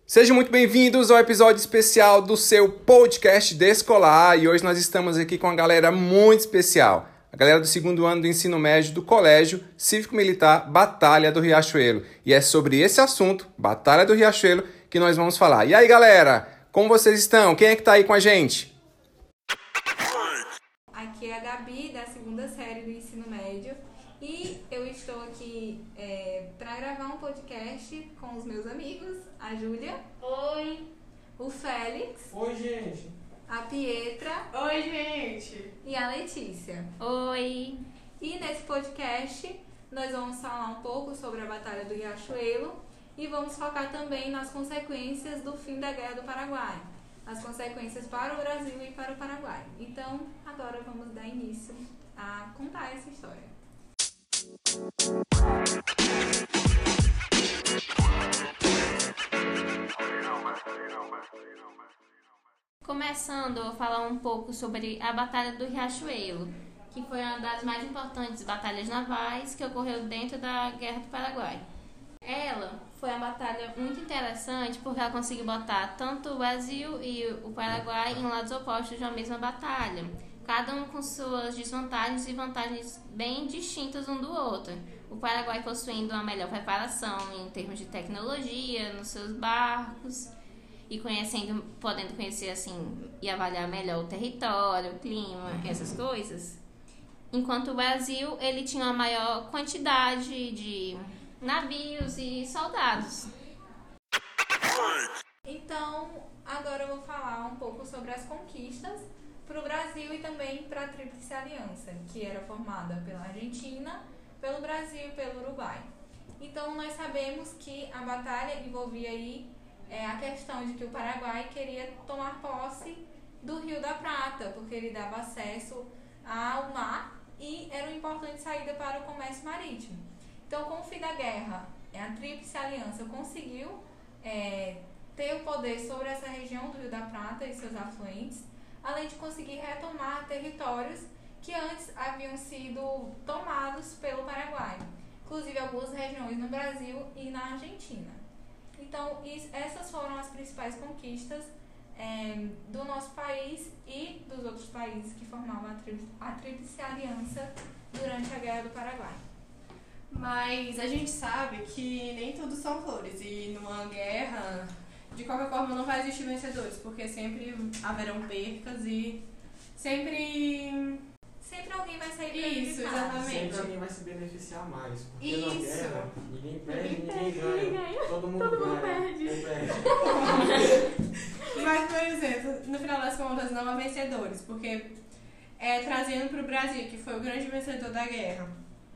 Sejam muito bem-vindos ao episódio especial do seu podcast Descolar. E hoje nós estamos aqui com uma galera muito especial. A galera do segundo ano do ensino médio do Colégio Cívico-Militar Batalha do Riachuelo. E é sobre esse assunto, Batalha do Riachuelo, que nós vamos falar. E aí, galera, como vocês estão? Quem é que tá aí com a gente? Aqui é a Gabi, da segunda série do ensino médio. E eu estou aqui para gravar um podcast com os meus amigos, a Júlia. Oi. O Félix. Oi, gente. A Pietra. Oi, gente. E a Letícia. Oi. E nesse podcast nós vamos falar um pouco sobre a Batalha do Riachuelo e vamos focar também nas consequências do fim da Guerra do Paraguai. As consequências para o Brasil e para o Paraguai. Então, agora vamos dar início a contar essa história. Começando a falar um pouco sobre a Batalha do Riachuelo, que foi uma das mais importantes batalhas navais que ocorreu dentro da Guerra do Paraguai. Ela foi uma batalha muito interessante porque ela conseguiu botar tanto o Brasil e o Paraguai em lados opostos de uma mesma batalha, cada um com suas desvantagens e vantagens bem distintas um do outro. O Paraguai possuindo uma melhor preparação em termos de tecnologia nos seus barcos e podendo conhecer assim e avaliar melhor o território, o clima, essas coisas. Enquanto o Brasil, ele tinha uma maior quantidade de navios e soldados. Então, agora eu vou falar um pouco sobre as conquistas para o Brasil e também para a Tríplice Aliança, que era formada pela Argentina, pelo Brasil e pelo Uruguai. Então, nós sabemos que a batalha envolvia aí a questão de que o Paraguai queria tomar posse do Rio da Prata, porque ele dava acesso ao mar e era uma importante saída para o comércio marítimo. Então, com o fim da guerra, a Tríplice Aliança conseguiu ter o poder sobre essa região do Rio da Prata e seus afluentes, além de conseguir retomar territórios que antes haviam sido tomados pelo Paraguai, inclusive algumas regiões no Brasil e na Argentina. Então, essas foram as principais conquistas do nosso país e dos outros países que formavam a Tríplice Aliança durante a Guerra do Paraguai. Mas a gente sabe que nem tudo são flores e numa guerra, de qualquer forma, não vai existir vencedores, porque sempre haverão percas e sempre alguém vai sair prejudicado. Isso, exatamente. Sempre alguém vai se beneficiar mais, porque Isso. na guerra ninguém perde, ninguém ganha. Todo mundo perde. Mas, por exemplo, no final das contas, não há vencedores, porque trazendo para o Brasil, que foi o grande vencedor da guerra,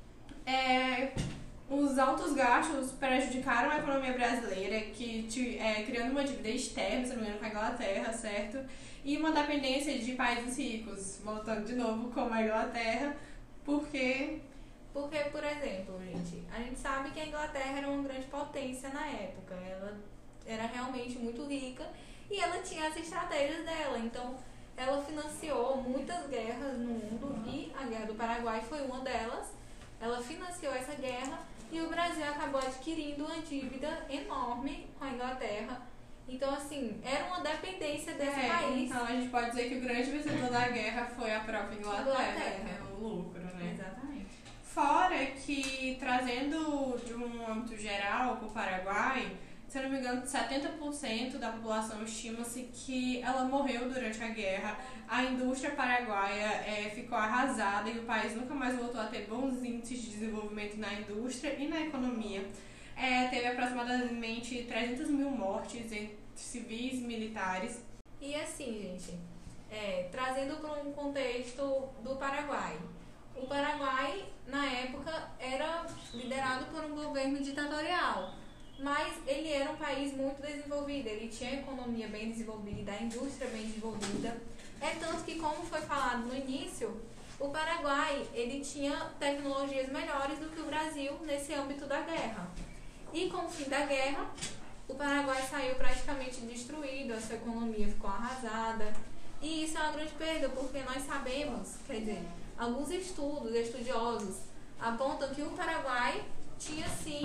os altos gastos prejudicaram a economia brasileira, criando uma dívida externa, se não me engano, com a Inglaterra, certo? E uma dependência de países ricos, voltando de novo como a Inglaterra, porque, por exemplo, a gente sabe que a Inglaterra era uma grande potência na época, ela era realmente muito rica e ela tinha as estratégias dela, então ela financiou muitas guerras no mundo e a Guerra do Paraguai foi uma delas. Ela financiou essa guerra e o Brasil acabou adquirindo uma dívida enorme com a Inglaterra. Então, assim, era uma dependência desse país. Então, a gente pode dizer que o grande vencedor da guerra foi a própria Inglaterra. O lucro, né? Exatamente. Fora que, trazendo de um âmbito geral para o Paraguai, se eu não me engano, 70% da população estima-se que ela morreu durante a guerra. A indústria paraguaia ficou arrasada e o país nunca mais voltou a ter bons índices de desenvolvimento na indústria e na economia. Teve aproximadamente 300 mil mortes entre civis e militares. E assim, gente, trazendo para um contexto do Paraguai. O Paraguai, na época, era liderado por um governo ditatorial. Mas ele era um país muito desenvolvido, ele tinha a economia bem desenvolvida, a indústria bem desenvolvida. É tanto que, como foi falado no início, o Paraguai ele tinha tecnologias melhores do que o Brasil nesse âmbito da guerra. E com o fim da guerra, o Paraguai saiu praticamente destruído, a sua economia ficou arrasada. E isso é uma grande perda, porque nós sabemos, quer dizer, alguns estudiosos apontam que o Paraguai tinha sim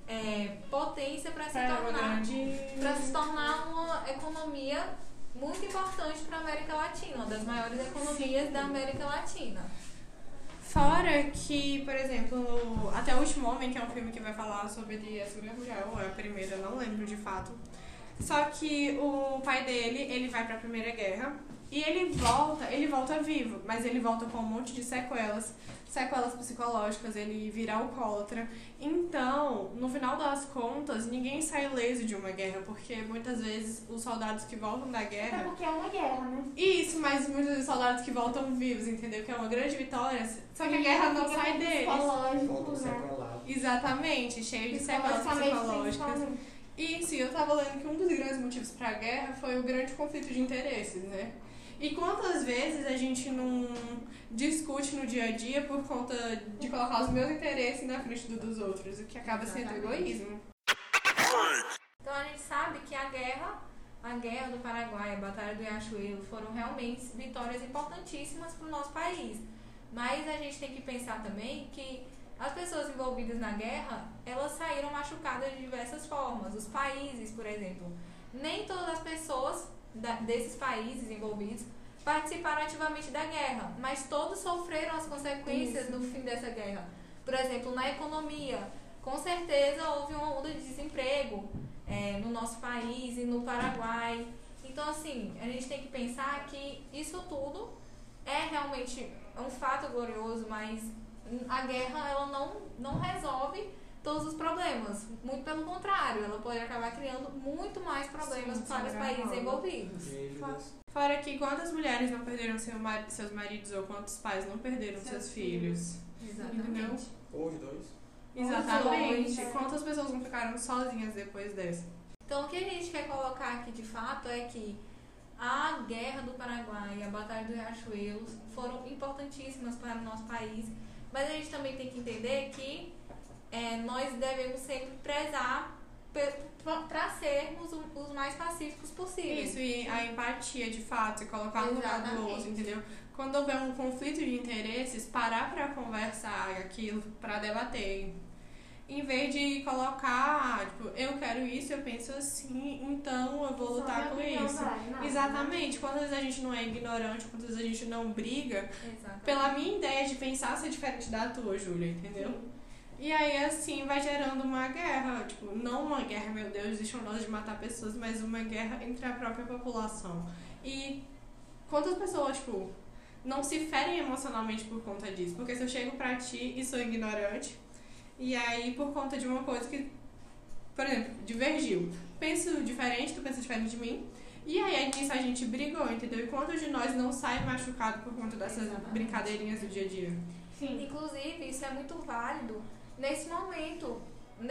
potência para se uma grande... se tornar uma economia muito importante para a América Latina, uma das maiores economias da América Latina. Fora que, por exemplo, Até o Último Homem, que é um filme que vai falar sobre a Segunda Guerra Mundial, ou é a primeira, não lembro de fato. Só que o pai dele, ele vai pra Primeira Guerra e ele volta vivo, mas ele volta com um monte de sequelas psicológicas, ele vira alcoólatra. Então, no final das contas, ninguém sai ileso de uma guerra, porque muitas vezes os soldados que voltam da guerra... É porque é uma guerra, né? Isso, mas muitos vezes soldados que voltam vivos, entendeu? Que é uma grande vitória, só que a guerra não sai deles. Voltam sequelados. Exatamente, cheio de sequelas psicológicas. Isso, e eu tava lendo que um dos grandes motivos pra guerra foi o grande conflito de interesses, né? E quantas vezes a gente não discute no dia a dia por conta de colocar os meus interesses na frente dos outros, o que acaba sendo egoísmo. Então a gente sabe que a guerra do Paraguai, a Batalha do Riachuelo, foram realmente vitórias importantíssimas para o nosso país. Mas a gente tem que pensar também que as pessoas envolvidas na guerra, elas saíram machucadas de diversas formas. Os países, por exemplo, nem todas as pessoas desses países envolvidos participaram ativamente da guerra, mas todos sofreram as consequências do fim dessa guerra. Por exemplo, na economia, com certeza houve uma onda de desemprego no nosso país e no Paraguai. Então, assim, a gente tem que pensar que isso tudo é realmente um fato glorioso, mas a guerra ela não resolve todos os problemas. Muito pelo contrário, ela pode acabar criando muito mais problemas para os países envolvidos. Fora que quantas mulheres não perderam seus maridos ou quantos pais não perderam seus filhos. Exatamente. Ou os dois. Exatamente. Os dois. Quantas pessoas não ficaram sozinhas depois dessa? Então, o que a gente quer colocar aqui de fato é que a Guerra do Paraguai e a Batalha do Riachuelo foram importantíssimas para o nosso país, mas a gente também tem que entender que nós devemos sempre prezar para sermos os mais pacíficos possíveis. Isso, e a empatia de fato, e colocar no lugar do outro, entendeu? Quando houver um conflito de interesses, parar para conversar aquilo, para debater. Em vez de colocar, tipo, eu quero isso, eu penso assim, então eu vou lutar com isso. Exatamente. Quantas vezes a gente não é ignorante, quantas vezes a gente não briga, pela minha ideia de pensar ser diferente da tua, Júlia, entendeu? Sim. E aí, assim, vai gerando uma guerra, tipo, não uma guerra, meu Deus, existe uma dose de matar pessoas, mas uma guerra entre a própria população. E quantas pessoas, tipo, não se ferem emocionalmente por conta disso? Porque se eu chego pra ti e sou ignorante, e aí por conta de uma coisa que, por exemplo, divergiu, penso diferente, tu pensa diferente de mim, e aí nisso a gente brigou, entendeu? E quantos de nós não sai machucado por conta dessas brincadeirinhas do dia a dia? Sim. Inclusive, isso é muito válido nesse momento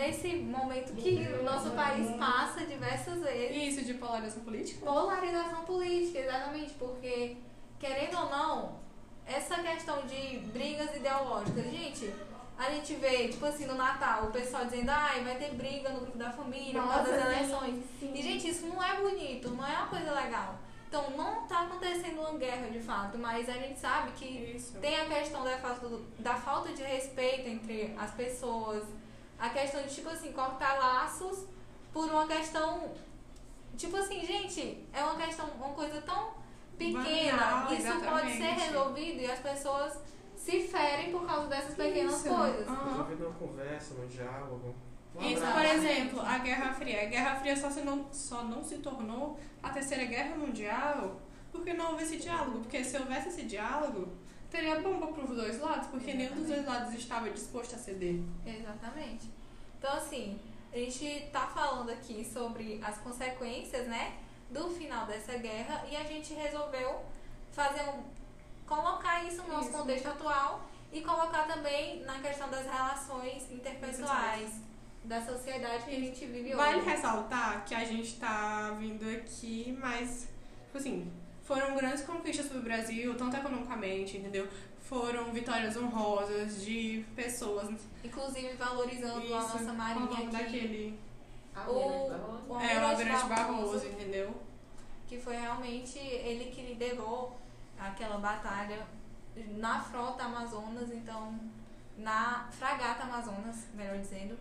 que o nosso país passa diversas vezes. Isso, de polarização política? Polarização política, exatamente, porque, querendo ou não, essa questão de brigas ideológicas, a gente vê, tipo assim, no Natal, o pessoal dizendo, vai ter briga no grupo da família, por causa das eleições. Sim. E, gente, isso não é bonito, não é uma coisa legal. Então, não está acontecendo uma guerra de fato, mas a gente sabe que tem a questão da falta de respeito entre as pessoas, a questão de, tipo assim, cortar laços por uma questão, tipo assim, gente, é uma coisa tão pequena, banal, isso pode ser resolvido e as pessoas se ferem por causa dessas pequenas coisas. Resolvido numa conversa, num diálogo. Isso, por exemplo, a Guerra Fria. A Guerra Fria só não se tornou a Terceira Guerra Mundial porque não houve esse diálogo. Porque se houvesse esse diálogo, teria bomba para os dois lados, porque nenhum dos dois lados estava disposto a ceder. Exatamente. Então, assim, a gente está falando aqui sobre as consequências, né, do final dessa guerra e a gente resolveu colocar isso no nosso contexto atual e colocar também na questão das relações interpessoais da sociedade que a gente vive hoje. Vale ressaltar que a gente tá vindo aqui, mas, tipo assim, foram grandes conquistas pro Brasil, tanto economicamente, entendeu? Foram vitórias honrosas de pessoas. Inclusive valorizando a nossa marinha aqui. O Almirante Barroso, entendeu? Que foi realmente ele que liderou aquela batalha na frota Amazonas, então, na fragata Amazonas, melhor dizendo.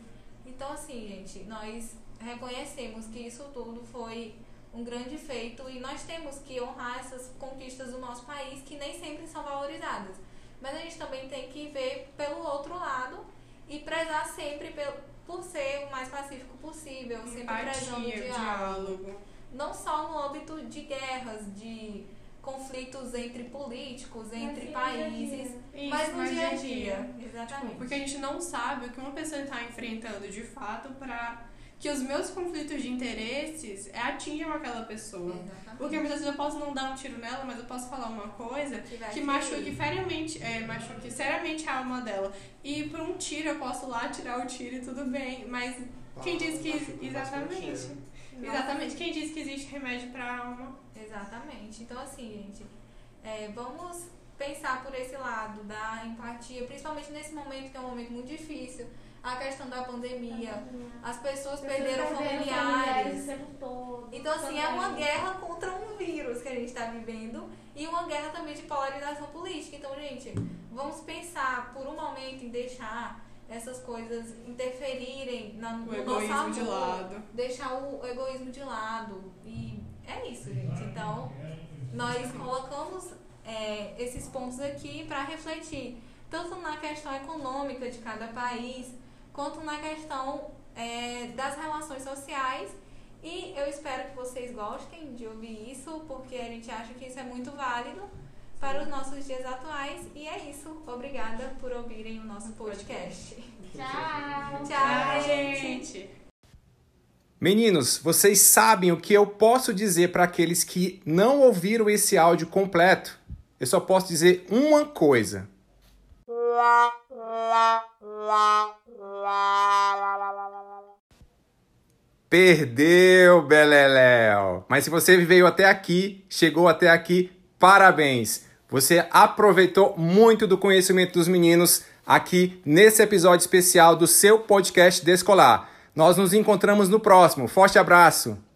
Então, assim, gente, nós reconhecemos que isso tudo foi um grande feito e nós temos que honrar essas conquistas do nosso país que nem sempre são valorizadas. Mas a gente também tem que ver pelo outro lado e prezar sempre por ser o mais pacífico possível, sempre prezando o diálogo. Não só no âmbito de guerras, de conflitos entre políticos, entre países, mas no dia a dia. Exatamente. Tipo, porque a gente não sabe o que uma pessoa está enfrentando de fato para que os meus conflitos de interesses atinjam aquela pessoa. Exatamente. Porque muitas vezes eu posso não dar um tiro nela, mas eu posso falar uma coisa que machuque seriamente a alma dela. E por um tiro eu posso lá tirar o tiro e tudo bem, mas quem diz que... Exatamente. Quem diz que existe remédio para a alma? Exatamente. Então, assim, gente, vamos pensar por esse lado da empatia, principalmente nesse momento que é um momento muito difícil. A questão da pandemia, as pessoas perderam familiares. Então, assim, é uma guerra contra um vírus que a gente está vivendo e uma guerra também de polarização política. Então, gente, vamos pensar por um momento em deixar essas coisas interferirem no nosso amor, de lado. Deixar o egoísmo de lado. E é isso, gente. Então, nós colocamos esses pontos aqui para refletir, tanto na questão econômica de cada país, quanto na questão das relações sociais. E eu espero que vocês gostem de ouvir isso, porque a gente acha que isso é muito válido para os nossos dias atuais. E é isso. Obrigada por ouvirem o nosso podcast. Tchau! Tchau, gente! Meninos, vocês sabem o que eu posso dizer para aqueles que não ouviram esse áudio completo? Eu só posso dizer uma coisa. Perdeu, Beleléu! Mas se você veio até aqui, chegou até aqui, parabéns! Você aproveitou muito do conhecimento dos meninos aqui nesse episódio especial do seu podcast Descolar. Nós nos encontramos no próximo. Forte abraço!